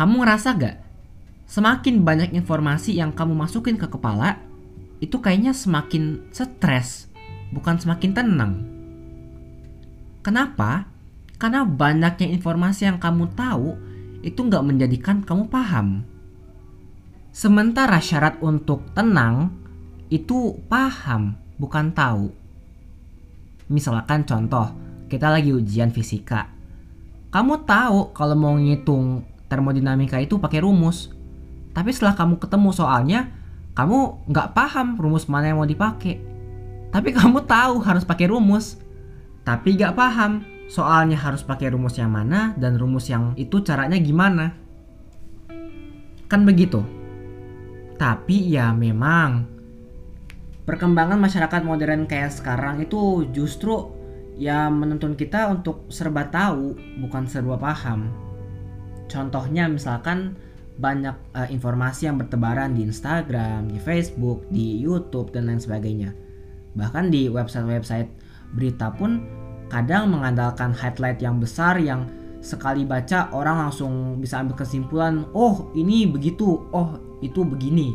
Kamu ngerasa gak? Semakin banyak informasi yang kamu masukin ke kepala, itu kayaknya semakin stres, bukan semakin tenang. Kenapa? Karena banyaknya informasi yang kamu tahu itu gak menjadikan kamu paham. Sementara syarat untuk tenang itu paham, bukan tahu. Misalkan contoh, kita lagi ujian fisika. Kamu tahu kalau mau ngitung termodinamika itu pakai rumus. Tapi setelah kamu ketemu soalnya, kamu nggak paham rumus mana yang mau dipakai. Tapi kamu tahu harus pakai rumus. Tapi nggak paham soalnya harus pakai rumus yang mana dan rumus yang itu caranya gimana. Kan begitu. Tapi ya memang perkembangan masyarakat modern kayak sekarang itu justru ya menuntun kita untuk serba tahu, bukan serba paham. Contohnya misalkan banyak informasi yang bertebaran di Instagram, di Facebook, di YouTube, dan lain sebagainya. Bahkan di website-website berita pun kadang mengandalkan highlight yang besar yang sekali baca orang langsung bisa ambil kesimpulan, oh ini begitu, oh itu begini.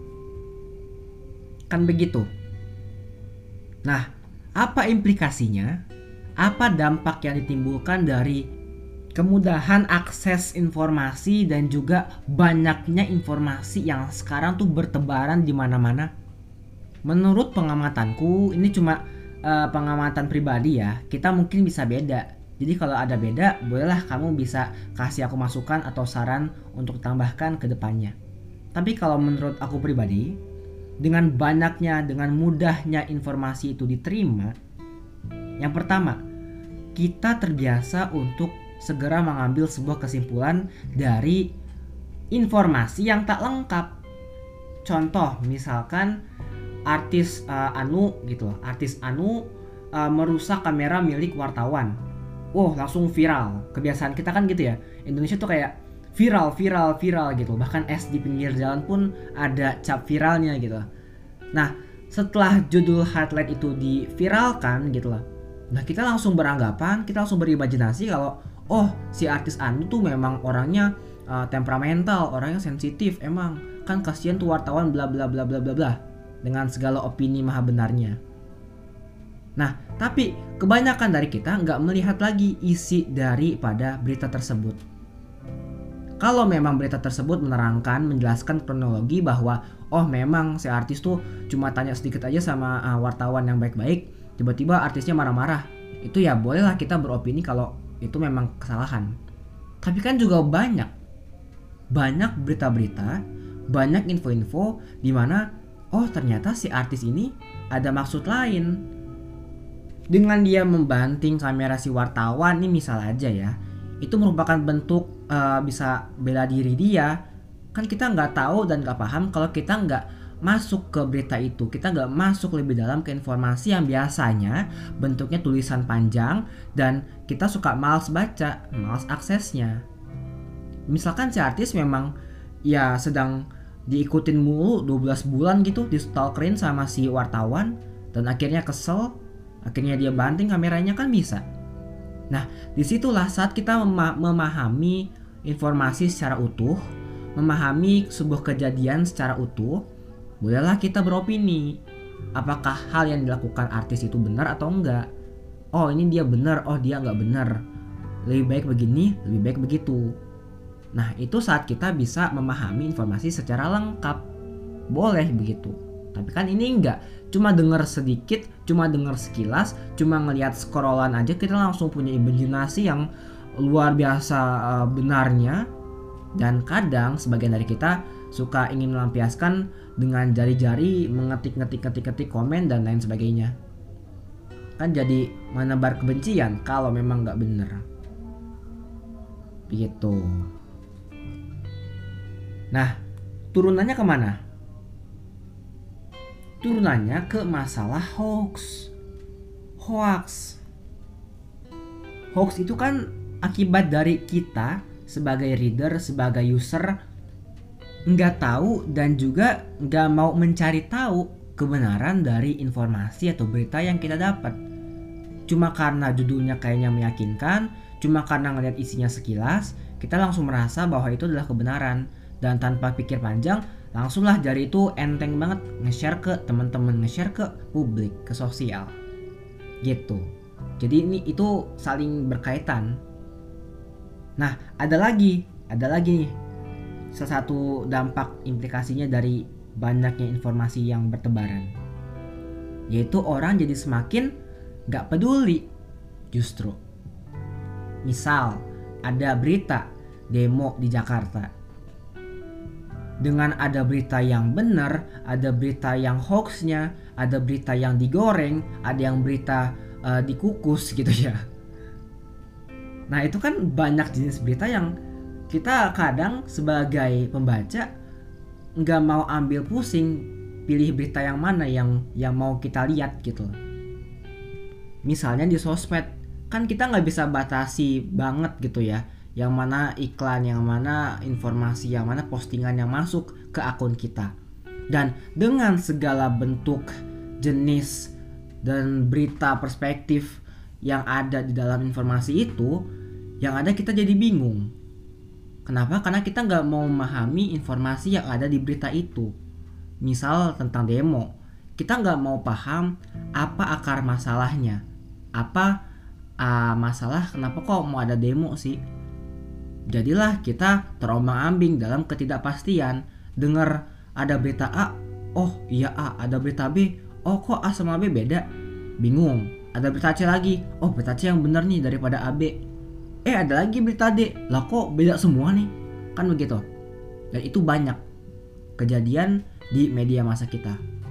Kan begitu. Nah, apa implikasinya? Apa dampak yang ditimbulkan dari kemudahan akses informasi dan juga banyaknya informasi yang sekarang tuh bertebaran di mana-mana? Menurut pengamatanku, ini cuma pengamatan pribadi ya. Kita mungkin bisa beda. Jadi kalau ada beda, bolehlah kamu bisa kasih aku masukan atau saran untuk tambahkan ke depannya. Tapi kalau menurut aku pribadi, dengan banyaknya, dengan mudahnya informasi itu diterima, yang pertama, kita terbiasa untuk segera mengambil sebuah kesimpulan dari informasi yang tak lengkap. Contoh, misalkan artis Anu merusak kamera milik wartawan. Langsung viral. Kebiasaan kita kan gitu ya. Indonesia tuh kayak viral gitu. Bahkan es di pinggir jalan pun ada cap viralnya gitu. Nah, setelah judul highlight itu diviralkan gitu lah. Nah, kita langsung beranggapan, kita langsung berimajinasi kalau si artis Anu tuh memang orangnya temperamental, orangnya sensitif. Emang kan kasihan tuh wartawan bla bla bla bla bla bla dengan segala opini maha benarnya. Nah, tapi kebanyakan dari kita nggak melihat lagi isi daripada berita tersebut. Kalau memang berita tersebut menerangkan, menjelaskan kronologi bahwa memang si artis tuh cuma tanya sedikit aja sama wartawan yang baik-baik, tiba-tiba artisnya marah-marah. Itu ya bolehlah kita beropini kalau itu memang kesalahan. Tapi kan juga banyak berita-berita, banyak info-info di mana ternyata si artis ini ada maksud lain. Dengan dia membanting kamera si wartawan, ini misal aja ya, itu merupakan bentuk bisa bela diri dia. Kan kita nggak tahu dan nggak paham kalau kita nggak masuk ke berita itu, kita nggak masuk lebih dalam ke informasi yang biasanya bentuknya tulisan panjang dan kita suka malas baca, malas aksesnya. Misalkan si artis memang ya sedang diikutin mulu 12 bulan gitu, di stalkerin sama si wartawan dan akhirnya kesel, akhirnya dia banting kameranya, kan bisa. Nah, disitulah saat kita memahami informasi secara utuh, memahami sebuah kejadian secara utuh, bolehlah kita beropini. Apakah hal yang dilakukan artis itu benar atau enggak? Ini dia benar, dia enggak benar. Lebih baik begini, lebih baik begitu. Nah, itu saat kita bisa memahami informasi secara lengkap. Boleh begitu. Tapi kan ini enggak, cuma dengar sedikit, cuma dengar sekilas, cuma ngelihat scrollan aja kita langsung punya imajinasi yang luar biasa benarnya. Dan kadang sebagian dari kita suka ingin melampiaskan dengan jari-jari, mengetik komen dan lain sebagainya. Kan jadi menebar kebencian kalau memang nggak bener. Begitu. Nah, turunannya kemana? Turunannya ke masalah hoax. Hoax itu kan akibat dari kita sebagai reader, sebagai user nggak tahu dan juga nggak mau mencari tahu kebenaran dari informasi atau berita yang kita dapat. Cuma karena judulnya kayaknya meyakinkan, cuma karena ngeliat isinya sekilas, kita langsung merasa bahwa itu adalah kebenaran, dan tanpa pikir panjang langsunglah jari itu enteng banget nge-share ke teman-teman, nge-share ke publik, ke sosial gitu. Jadi itu saling berkaitan. Nah, ada lagi nih salah satu dampak implikasinya dari banyaknya informasi yang bertebaran, yaitu orang jadi semakin gak peduli justru. Misal ada berita demo di Jakarta, dengan ada berita yang benar, ada berita yang hoaxnya, ada berita yang digoreng, ada yang berita dikukus gitu ya. Nah itu kan banyak jenis berita yang kita kadang sebagai pembaca nggak mau ambil pusing pilih berita yang mana yang mau kita lihat gitu. Misalnya di sosmed kan kita nggak bisa batasi banget gitu ya, yang mana iklan, yang mana informasi, yang mana postingan yang masuk ke akun kita. Dan dengan segala bentuk, jenis, dan berita perspektif yang ada di dalam informasi itu, yang ada kita jadi bingung. Kenapa? Karena kita nggak mau memahami informasi yang ada di berita itu. Misal tentang demo, kita nggak mau paham apa akar masalahnya, apa masalah kenapa kok mau ada demo sih. Jadilah kita terombang-ambing dalam ketidakpastian. Dengar ada berita A, oh iya A, ada berita B, oh kok A sama B beda, bingung. Ada berita C lagi, oh berita C yang benar nih daripada AB. Ada lagi berita D, lah kok beda semua nih, kan begitu. Dan itu banyak kejadian di media massa kita.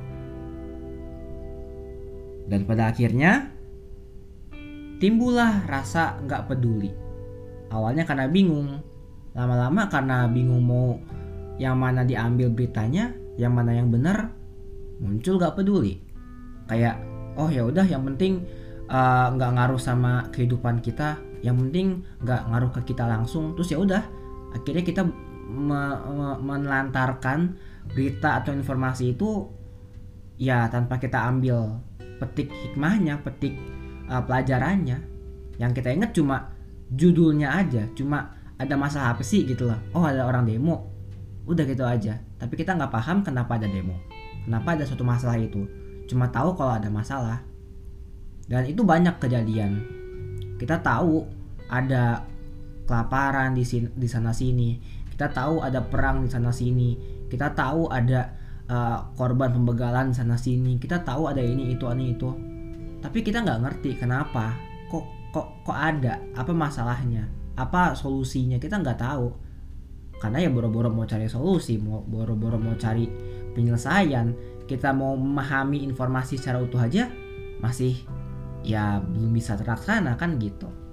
Dan pada akhirnya timbullah rasa gak peduli. Awalnya karena bingung, lama-lama karena bingung mau yang mana diambil beritanya, yang mana yang benar, muncul gak peduli. Kayak oh ya udah, yang penting nggak ngaruh sama kehidupan kita, yang penting nggak ngaruh ke kita langsung. Terus ya udah, akhirnya kita menelantarkan berita atau informasi itu ya tanpa kita ambil petik hikmahnya, petik pelajarannya. Yang kita ingat cuma judulnya aja, cuma ada masalah apa sih gitu lah. Oh ada orang demo, udah gitu aja. Tapi kita nggak paham kenapa ada demo, kenapa ada suatu masalah itu. Cuma tahu kalau ada masalah. Dan itu banyak kejadian. Kita tahu ada kelaparan di sana sini. Kita tahu ada perang di sana sini. Kita tahu ada korban pembegalan di sana sini. Kita tahu ada ini itu. Tapi kita nggak ngerti kenapa. Kok ada? Apa masalahnya? Apa solusinya? Kita nggak tahu. Karena ya boro-boro mau cari solusi, boro-boro mau cari penyelesaian. Kita mau memahami informasi secara utuh aja masih ya belum bisa terlaksana kan gitu.